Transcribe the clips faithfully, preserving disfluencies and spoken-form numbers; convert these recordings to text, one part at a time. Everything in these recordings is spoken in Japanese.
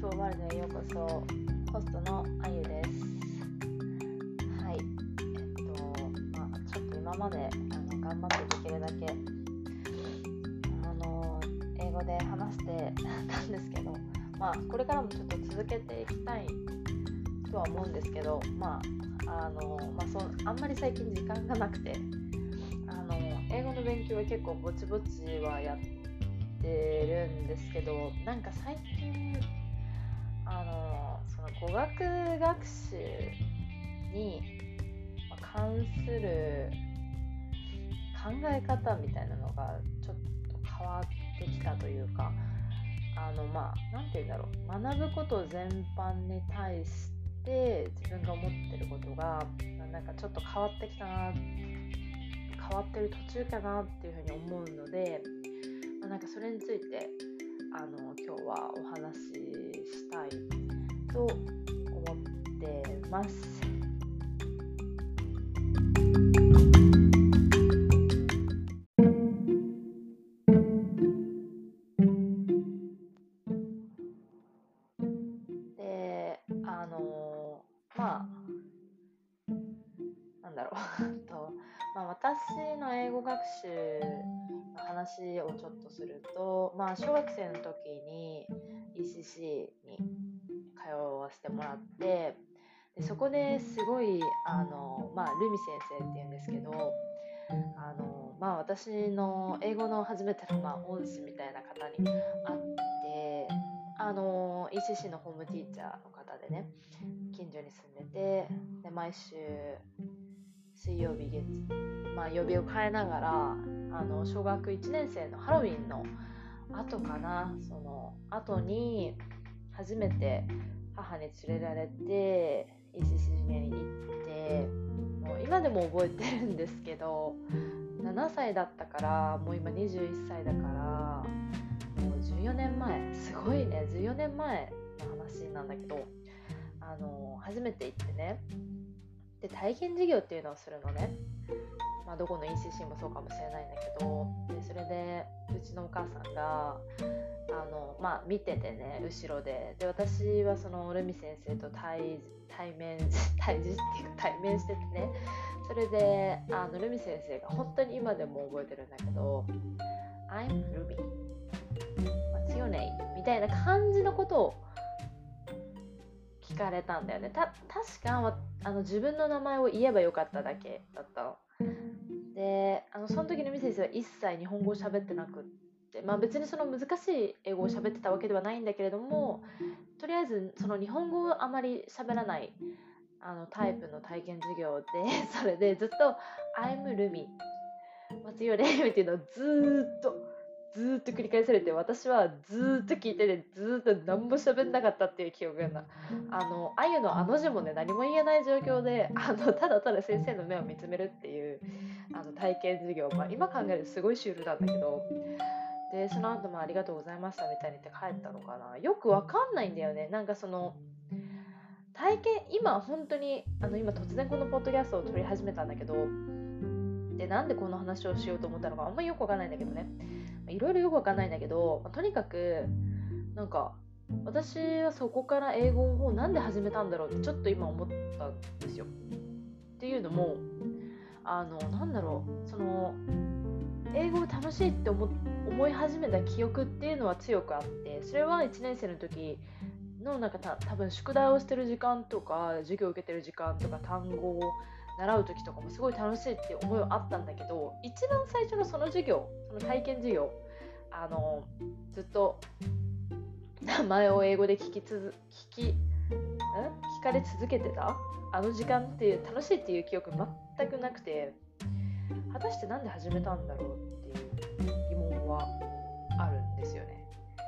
とワルドへようこそ。ホストのあゆです。はい。えっと、まあ、ちょっと今まであの頑張ってできるだけあの英語で話してたんですけど、まあこれからもちょっと続けていきたいとは思うんですけど、まああのまあそうあんまり最近時間がなくて、あの英語の勉強は結構ぼちぼちはやってるんですけど、なんか最近あのその語学学習に関する考え方みたいなのがちょっと変わってきたというか、あのまあなんていうんだろう、学ぶこと全般に対して自分が思ってることがなんかちょっと変わってきたな、変わってる途中かなっていうふうに思うので、まあ、なんかそれについてあの今日はお話ししたいと思ってます。で、あのまあなんだろうと、まあ、私の英語学習の話をちょっとすると、まあ、小学生の時に イーシーシー に通わせてもらって、でそこですごいあの、まあ、ルミ先生っていうんですけど、あの、まあ、私の英語の初めての、まあ、恩師みたいな方に会って、あの イーシーシー のホームティーチャーの方でね、近所に住んでて、で毎週水曜日月、まあ、曜日を変えながら、あの小学いちねん生のハロウィンの後かな、その後に初めて母に連れられて イーシーシー に行って、もう今でも覚えてるんですけど、ななさいだったから、もう今にじゅういっさいだから、もうじゅうよねんまえ、すごいね、じゅうよねんまえの話なんだけど、あの初めて行ってね、で体験授業っていうのをするのね。まあ、どこの イーシーシー もそうかもしれないんだけど、でそれでうちのお母さんがあの、まあ、見ててね、後ろで、で私はそのルミ先生と対対面対峙っていうか対面しててね、それであのルミ先生が本当に今でも覚えてるんだけど、 I'm Ruby, what's your name? みたいな感じのことを聞かれたんだよね。た確かあの自分の名前を言えばよかっただけだったので、あのその時のみ先生は一切日本語を喋ってなくって、まあ、別にその難しい英語を喋ってたわけではないんだけれども、とりあえずその日本語をあまり喋らないあのタイプの体験授業で、それでずっと I'm Rumi, What's your name? っていうのをずっとずーっと繰り返されて、私はずーっと聞いてて、ずーっと何も喋んなかったっていう記憶がな、あのあゆのあの字もね、何も言えない状況で、あのただただ先生の目を見つめるっていうあの体験授業、まあ、今考えるとすごいシュールなんだけど、でその後もありがとうございましたみたいに言って帰ったのかな、よくわかんないんだよね。なんかその体験、今本当にあの今突然このポッドキャストを撮り始めたんだけど、でなんでこの話をしようと思ったのかあんまりよくわかんないんだけどね、いろいろよくわかんないんだけど、まあ、とにかくなんか私はそこから英語をなんで始めたんだろうってちょっと今思ったんですよ。っていうのも、あのなんだろう、その英語を楽しいって思思い始めた記憶っていうのは強くあって、それはいちねん生の時のなんかた多分宿題をしてる時間とか授業を受けてる時間とか単語を習う時とかもすごい楽しいって思いはあったんだけど、一番最初のその授業、その体験授業、あのずっと名前を英語で聞きつ聞きん聞かれ続けてたあの時間っていう楽しいっていう記憶全くなくて、果たしてなんで始めたんだろうっていう疑問はあるんですよね。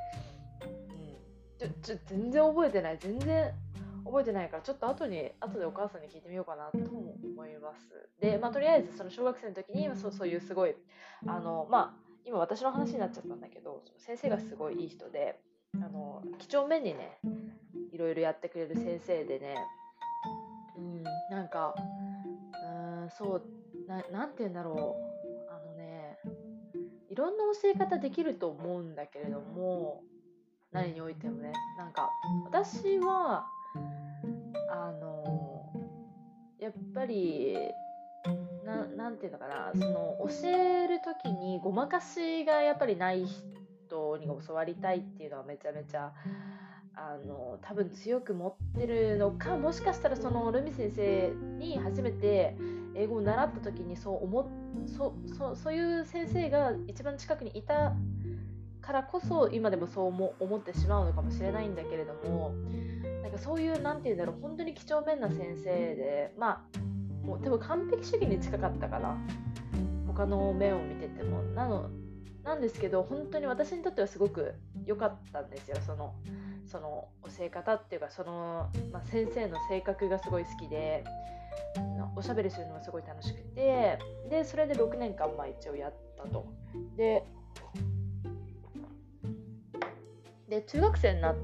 うん、ちょちょ全然覚えてない全然覚えてないから、ちょっと後に後でお母さんに聞いてみようかなとも思います。で、まあとりあえずその小学生の時にそうそういうすごいあのまあ今私の話になっちゃったんだけど、その先生がすごいいい人で、あの几帳面にねいろいろやってくれる先生でね、うん、なんかうーんそうな、なんて言うんだろう、あのねいろんな教え方できると思うんだけれども、 何においてもね。なんか私はあのやっぱりななんていうのかな、その教える時にごまかしがやっぱりない人に教わりたいっていうのはめちゃめちゃあの多分強く持ってるのか、もしかしたらそのルミ先生に初めて英語を習った時にそう思っそそそういう先生が一番近くにいたからこそ今でもそう思思ってしまうのかもしれないんだけれども、なんかそういうなんていうんだろう、本当に几帳面な先生で、まあもう多分完璧主義に近かったかな、他の面を見てても。なのなんですけど、本当に私にとってはすごく良かったんですよ。そのその教え方っていうか、その、まあ、先生の性格がすごい好きで、おしゃべりするのもすごい楽しくて、でそれでろくねんかんまあ一応やったと。でで中学生になって、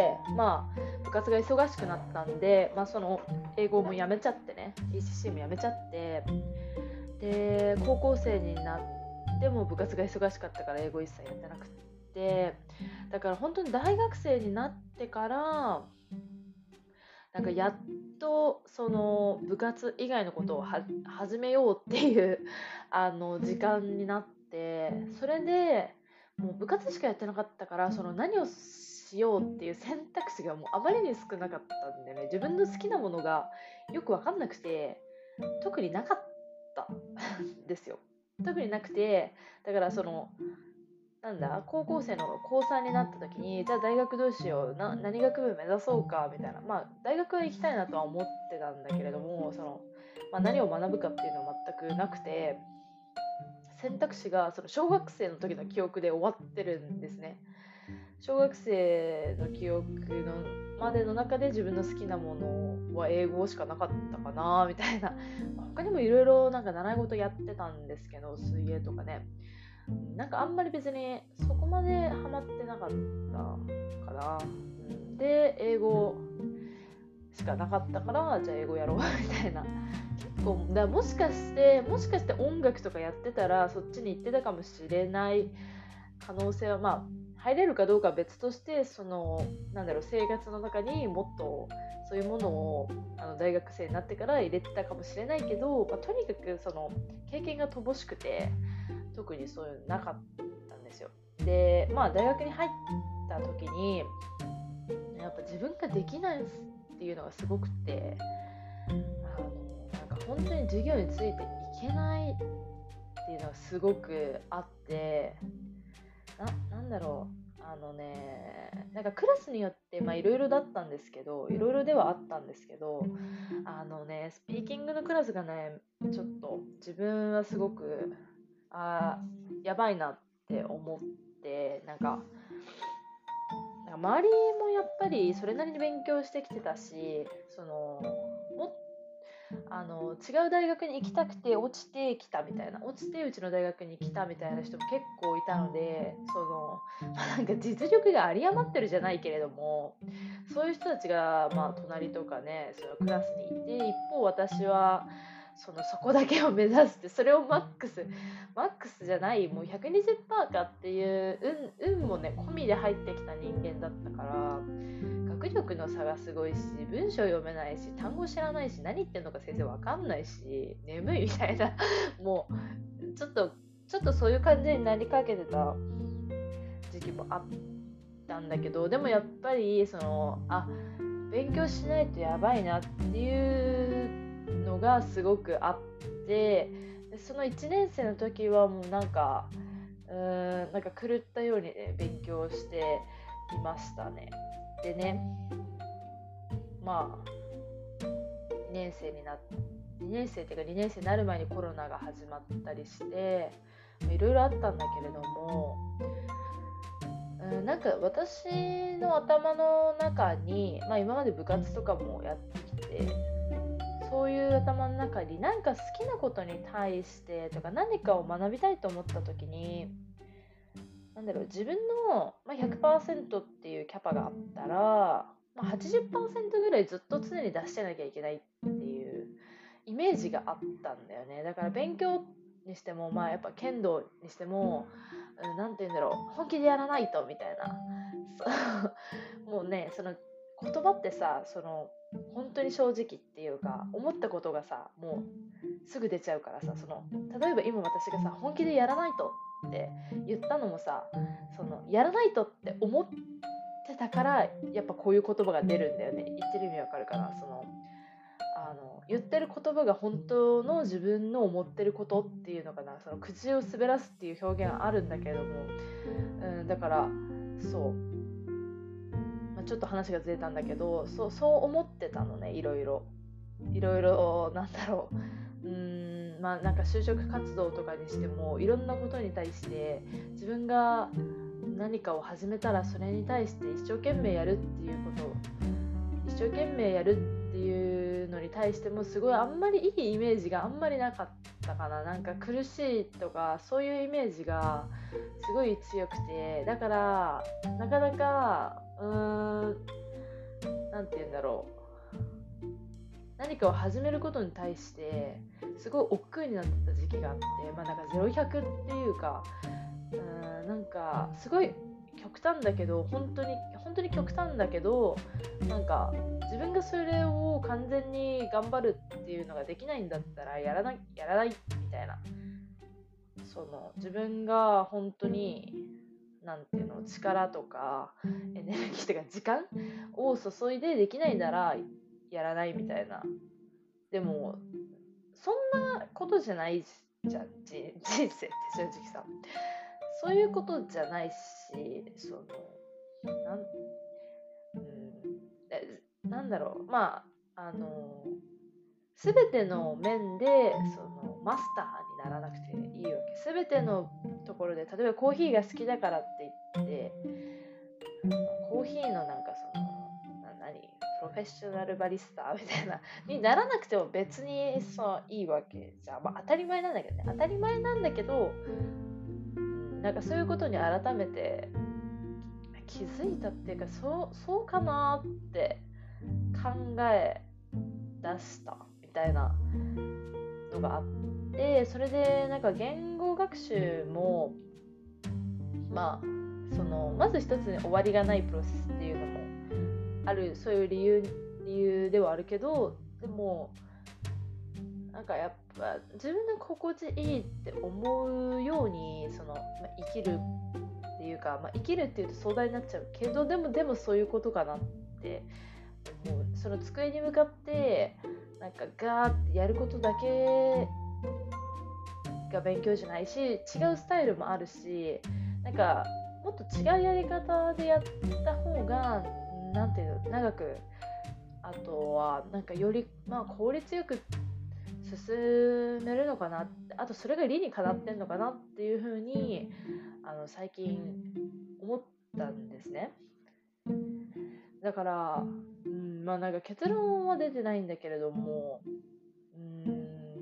まあ、部活が忙しくなったんで、まあ、その英語もやめちゃってね、 イーシーシー もやめちゃって、で高校生になっても部活が忙しかったから英語一切やってなくて、だから本当に大学生になってからなんかやっとその部活以外のことをは始めようっていうあの時間になって、それでもう部活しかやってなかったから、その何をしようっていう選択肢がもうあまりに少なかったんでね、自分の好きなものがよく分かんなくて、特になかったんですよ。特になくて、だからそのなんだ高校生の高さんになった時に、じゃあ大学どうしような、何学部目指そうかみたいな、まあ大学は行きたいなとは思ってたんだけれども、その、まあ、何を学ぶかっていうのは全くなくて、選択肢がその小学生の時の記憶で終わってるんですね。小学生の記憶のまでの中で自分の好きなものは英語しかなかったかなみたいな。他にもいろいろなんか習い事やってたんですけど、水泳とかね、なんかあんまり別にそこまでハマってなかったかな。で英語しかなかったから、じゃあ英語やろうみたいな。結構だもしかしてもしかして音楽とかやってたらそっちに行ってたかもしれない可能性は、まあ入れるかどうかは別として、そのなんだろう、生活の中にもっとそういうものをあの大学生になってから入れてたかもしれないけど、まあ、とにかくその経験が乏しくて特にそういうのなかったんですよ。でまあ大学に入った時にやっぱ自分ができないっていうのがすごくて、あのなんか本当に授業についていけないっていうのがすごくあって、な、なんだろう、あのね、なんかクラスによってまあいろいろだったんですけど、いろいろではあったんですけど、あのね、スピーキングのクラスがね、ちょっと自分はすごく、あーやばいなって思って、なんか、なんか周りもやっぱりそれなりに勉強してきてたし、その、もあの違う大学に行きたくて落ちてきたみたいな、落ちてうちの大学に来たみたいな人も結構いたので、その、まあ、なんか実力が有り余ってるじゃないけれども、そういう人たちが、まあ、隣とかね、そのクラスにいて、一方私はそのそこだけを目指して、それをマックスマックスじゃない、もう ひゃくにじゅっパーセント かっていう運運もね込みで入ってきた人間だったから、学力の差がすごいし、文章読めないし、単語知らないし、何言ってんのか先生わかんないし、眠いみたいなもうちょっとちょっとそういう感じになりかけてた時期もあったんだけど、でもやっぱりそのあ勉強しないとやばいなっていうのがすごくあって、でそのいちねん生の時はもうなんかうーんなんか狂ったように、ね、勉強していましたね。でね、まあにねん生になってにねん生っていうかにねん生になる前にコロナが始まったりしていろいろあったんだけれども、うん、なんか私の頭の中に、まあ、今まで部活とかもやってきて、そういう頭の中に何か好きなことに対してとか何かを学びたいと思った時に、なんだろう、自分のひゃくパーセントっていうキャパがあったら、まあ、はちじゅっパーセントぐらいずっと常に出してなきゃいけないっていうイメージがあったんだよね。だから勉強にしても、まあやっぱ剣道にしても、うん、なんて言うんだろう、本気でやらないとみたいな、そうもうね、その言葉ってさ、その本当に正直っていうか、思ったことがさ、もうすぐ出ちゃうからさ、その例えば今私がさ、本気でやらないとって言ったのもさ、そのやらないとって思ってたから、やっぱこういう言葉が出るんだよね。言ってる意味わかるかな。そのあの言ってる言葉が本当の自分の思ってることっていうのかな、その口を滑らすっていう表現はあるんだけれども、うん、だからそう、まあ、ちょっと話がずれたんだけど、そうそう思ってたのね。いろいろいろいろなんだろう、うーんまあなんか就職活動とかにしても、いろんなことに対して自分が何かを始めたら、それに対して一生懸命やるっていうこと、一生懸命やるっていうのに対しても、すごいあんまりいいイメージがあんまりなかったかな。なんか苦しいとかそういうイメージがすごい強くて、だからなかなかうーんなんて言うんだろう、何かを始めることに対してすごい億劫になった時期があって、まあなんかゼロひゃくっていうか、うーんなんかすごい極端だけど、本当に本当に極端だけど、なんか自分がそれを完全に頑張るっていうのができないんだったらやらないやらないみたいな、その自分が本当になんていうの、力とかエネルギーとか時間を注いでできないならやらないみたいな。でもそんなことじゃないじゃん、人生って正直さ、そういうことじゃないし、そのなん、うん、えなんだろう、まああの全ての面でそのマスターにならなくていいわけ。全てのところで、例えばコーヒーが好きだからって言って、コーヒーのなんかそのな何プロフェッショナルバリスタみたいなにならなくても別にそういいわけじゃん。まあ当たり前なんだけどね。当たり前なんだけど、なんかそういうことに改めて気づいたっていうか、そうそうかなって考え出したみたいなのがあって、それでなんか言語学習もまあそのまず一つに終わりがないプロセスっていうのもある、そういう理由理由ではあるけど、でもなんかやっぱ自分の心地いいって思うように、その、まあ、生きるっていうか、まあ、生きるっていうと壮大になっちゃうけど、でもでもそういうことかなって思う。その机に向かってなんかガーってやることだけが勉強じゃないし、違うスタイルもあるし、なんかもっと違うやり方でやった方がなんていうの、長く、あとはなんかより、まあ、効率よく進めるのかなって、あとそれが理にかなってんのかなっていう風にあの最近思ったんですね。だから、うん、まあなんか結論は出てないんだけれども、うーん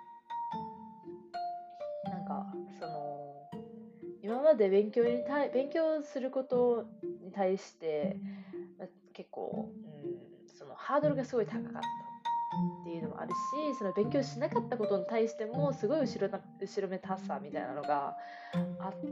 なんかその今まで勉強に対勉強することに対して、まあ、結構、うん、そのハードルがすごい高かったっていうのもあるし、その勉強しなかったことに対してもすごい後ろな後ろめたさみたいなのがあって、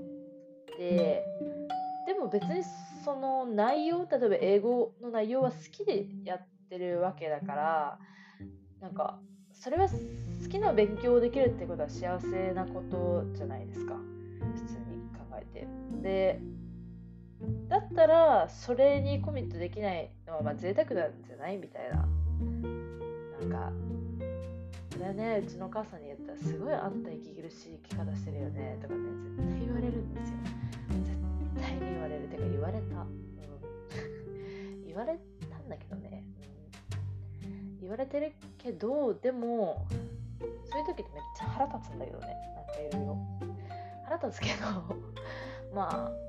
でも別にその内容、例えば英語の内容は好きでやってるわけだから、なんかそれは好きな勉強できるってことは幸せなことじゃないですか、普通に考えて。でだったらそれにコミットできないのはまあ贅沢なんじゃないみたいな。なんかこれね、うちのお母さんに言ったら、すごいあんた息苦しい生き方してるよねとかね、絶対言われるんですよ。絶対に言われる。てか言われた、うん、言われたんだけどね、うん、言われてるけど、でもそういう時ってめっちゃ腹立つんだけどね、なんかいろいろ腹立つけどまあ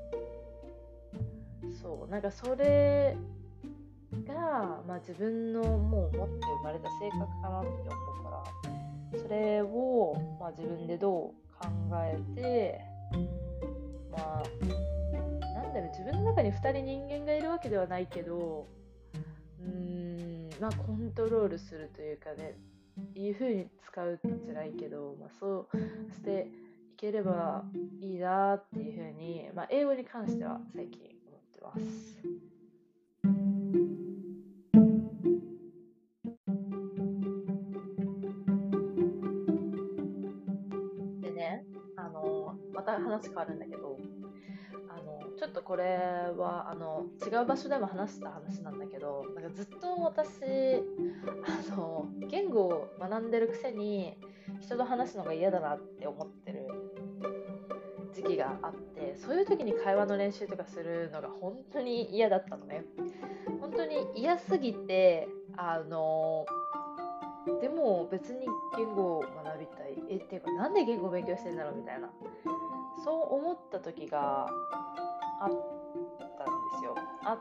そう、なんかそれが、まあ、自分のもう持って生まれた性格かなって思うから、それを、まあ、自分でどう考えて、まあなんだろう、自分の中にふたり人間がいるわけではないけど、うーんまあコントロールするというかね、 いう風に使うじゃないけど、まあ、そうしていければいいなっていう風に、まあ、英語に関しては最近思ってます。でね、あのまた話変わるんだけど、あのちょっとこれはあの違う場所でも話した話なんだけど、なんかずっと私あの言語を学んでるくせに人と話すのが嫌だなって思ってる時期があって、そういう時に会話の練習とかするのが本当に嫌だったのね。本当に嫌すぎて、あのでも別に言語を学びたい、えっていうかなんで言語を勉強してんだろうみたいな、そう思った時があったんですよ。あって、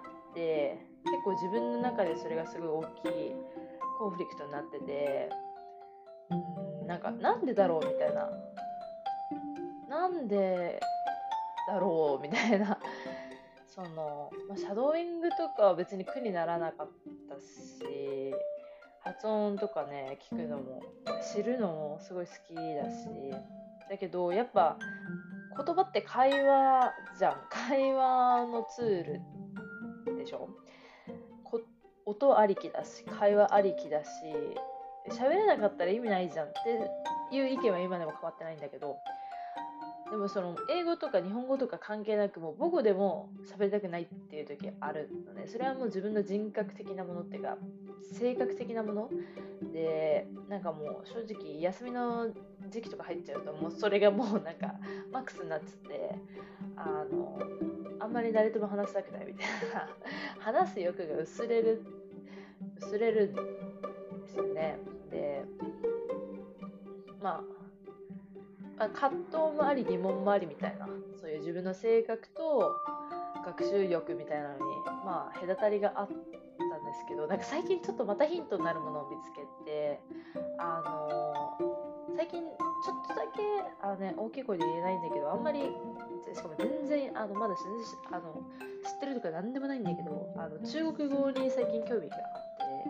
結構自分の中でそれがすごい大きいコンフリクトになってて、うーんなんかなんでだろうみたいな、なんでだろうみたいなその、まあ、シャドーイングとかは別に苦にならなかったし、発音とかね聞くのも知るのもすごい好きだし、だけどやっぱ言葉って会話じゃん。会話のツールでしょ。こ音ありきだし会話ありきだし、喋れなかったら意味ないじゃんっていう意見は今でも変わってないんだけど、でもその英語とか日本語とか関係なく、もう母語でも喋りたくないっていう時あるのね。それはもう自分の人格的なものっていうか性格的なもので、なんかもう正直休みの時期とか入っちゃうともうそれがもうなんかマックスになっちゃって、あのあんまり誰とも話したくないみたいな話す欲が薄れる薄れるんですよね。で、まあ葛藤もあり疑問もありみたいな、そういう自分の性格と学習欲みたいなのに、まあ、隔たりがあったんですけど、なんか最近ちょっとまたヒントになるものを見つけて、あのー最近ちょっとだけあの、ね、大きい声で言えないんだけど、あんまりしかも全然あのまだ全然あの知ってるとかなんでもないんだけど、あの中国語に最近興味があって、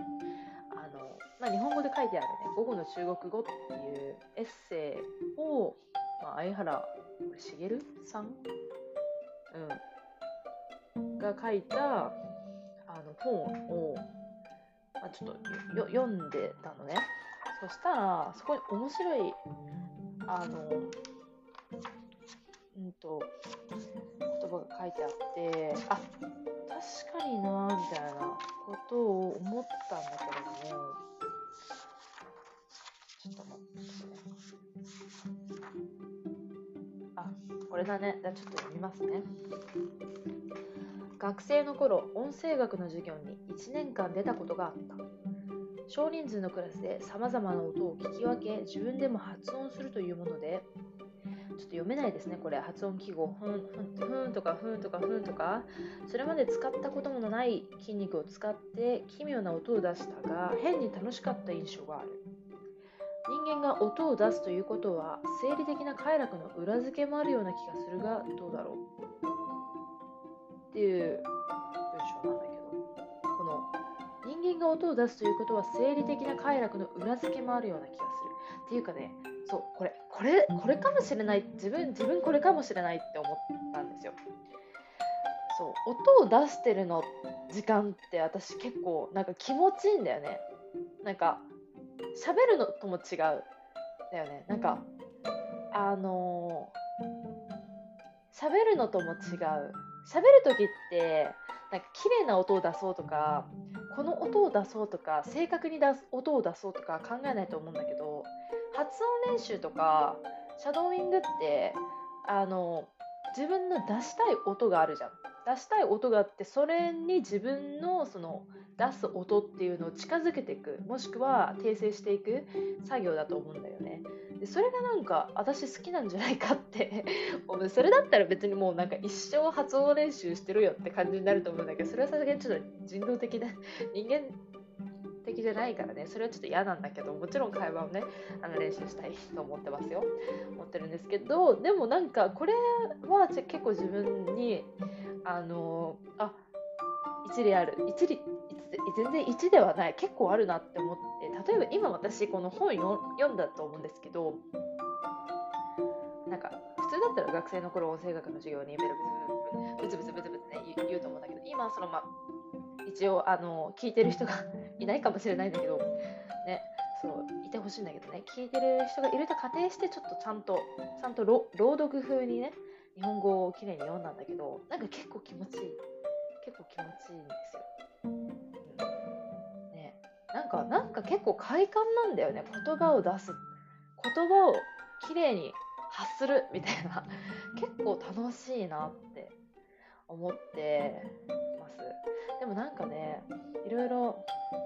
あの、まあ、日本語で書いてあるね午後の中国語っていうエッセイを、まあ、相原茂さん、うん、が書いたあの本を、まあ、ちょっとよ読んでたのね。そしたらそこに面白いあのうんと言葉が書いてあって、あ、確かになみたいなことを思ったんだけれども、ちょっと待ってね。あ、これだね。じゃあちょっと読みますね。学生の頃、音声学の授業にいちねんかん出たことがあった。少人数のクラスで様々な音を聞き分け、自分でも発音するというもので、ちょっと読めないですね、これ。発音記号。ふん、ふん、ふんとか、ふんとか、ふんとか。それまで使ったこともない筋肉を使って奇妙な音を出したが、変に楽しかった印象がある。人間が音を出すということは、生理的な快楽の裏付けもあるような気がするが、どうだろうっていう文章なんだけど、この人間が音を出すということは生理的な快楽の裏付けもあるような気がするっていうかね、そうこれこれこれかもしれない、自分自分これかもしれないって思ったんですよ。そう音を出してるの時間って私結構なんか気持ちいいんだよね。なんか喋るのとも違うだよね。なんかあのー、喋るのとも違う。喋る時ってなんか綺麗な音を出そうとか、この音を出そうとか、正確に出す音を出そうとか考えないと思うんだけど、発音練習とかシャドーイングってあの自分の出したい音があるじゃん。出したい音があって、それに自分のその出す音っていうのを近づけていく、もしくは訂正していく作業だと思うんだよね。でそれがなんか私好きなんじゃないかってそれだったら別にもうなんか一生発音練習してるよって感じになると思うんだけど、それはさすがにちょっと人道的な人間的じゃないからね、それはちょっと嫌なんだけど、もちろん会話をねあの練習したいと思ってますよ、思ってるんですけど、でもなんかこれは結構自分にあのあ一理ある、一理全然いちではない、結構あるなって思って、 例えば今私この本よ読んだと思うんですけど、なんか普通だったら学生の頃音声学の授業にベロブツブツブツブツブツね言う言うと思うんだけど、今はそのまあ一応あの聞いてる人がいないかもしれないんだけどね、そういてほしいんだけどね、聞いてる人がいると仮定してちょっとちゃんとちゃんとろ朗読風にね日本語をきれいに読んだんだけど、なんか結構気持ちいい結構気持ちいいんですよ、うんね、なんかなんか結構快感なんだよね、言葉を出す、言葉をきれいに発するみたいな結構楽しいなって思ってます。でもなんかね、いろいろ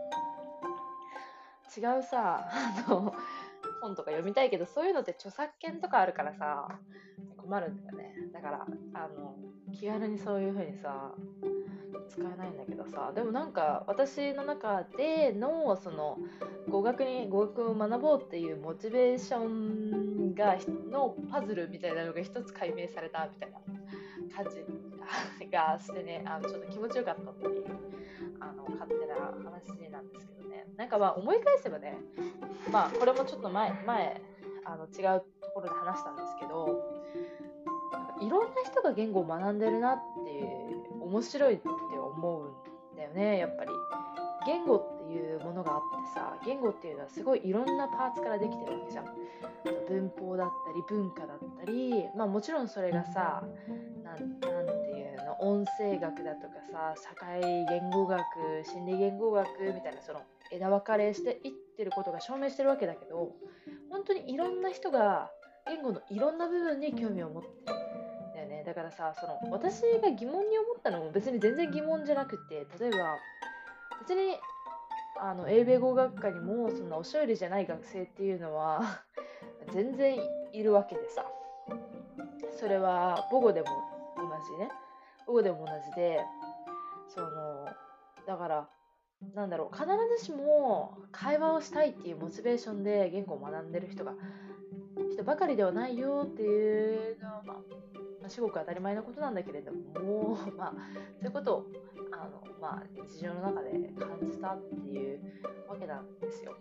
違うさあの本とか読みたいけど、そういうのって著作権とかあるからさ困るんだよね。だからあの気軽にそういう風にさ使えないんだけどさ、でもなんか私の中でのその語学に語学を学ぼうっていうモチベーションがのパズルみたいなのが一つ解明されたみたいな感じがしてね、あのちょっと気持ちよかったっていうあの勝手な話なんですけどね。なんかまあ思い返せばね、まあこれもちょっと前前あの違うところで話したんですけど、なんかいろんな人が言語を学んでるなっていう面白いって思うんだよね。やっぱり言語っていうものがあってさ、言語っていうのはすごいいろんなパーツからできてるわけじゃん。文法だったり文化だったり、まあもちろんそれがさ、なん、なんていうの、音声学だとかさ、社会言語学、心理言語学みたいなその枝分かれしていってることが証明してるわけだけど、本当にいろんな人が言語のいろんな部分に興味を持ってるんだよね。だからさ、その私が疑問に思ったのも別に全然疑問じゃなくて、例えば別にあの英米語学科にもそんなおしゃれじゃない学生っていうのは全然いるわけでさ、それは母語でも同じね、母語でも同じで、そのだからなんだろう、必ずしも会話をしたいっていうモチベーションで言語を学んでる人が人ばかりではないよっていうのは、まあ、至極当たり前のことなんだけれども、まあ、そういうことをあの、まあ、日常の中で感じたっていうわけなんですよ。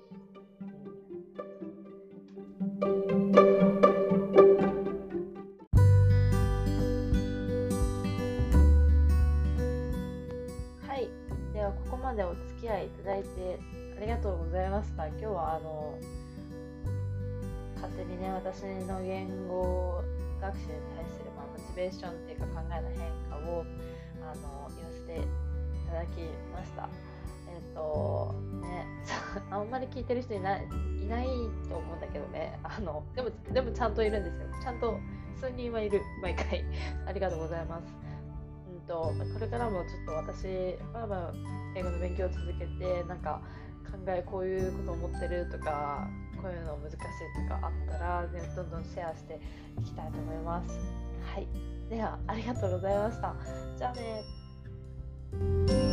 はい、ではここまでお付き合いいただいてありがとうございました。今日はあの勝手にね、私の言語学習に対する、まあ、モチベーションっていうか考えの変化をあの言わせていただきました。えっ、ー、とねあんまり聞いてる人いないいないと思うんだけどね、あのでもでもちゃんといるんですよ。ちゃんと数人はいる、毎回ありがとうございます。うんとこれからもちょっと私まあまあ英語の勉強を続けて、なんか考えこういうこと思ってるとか、こういうの難しいとかあったら、ね、どんどんシェアしていきたいと思います。はい、ではありがとうございました。じゃあね。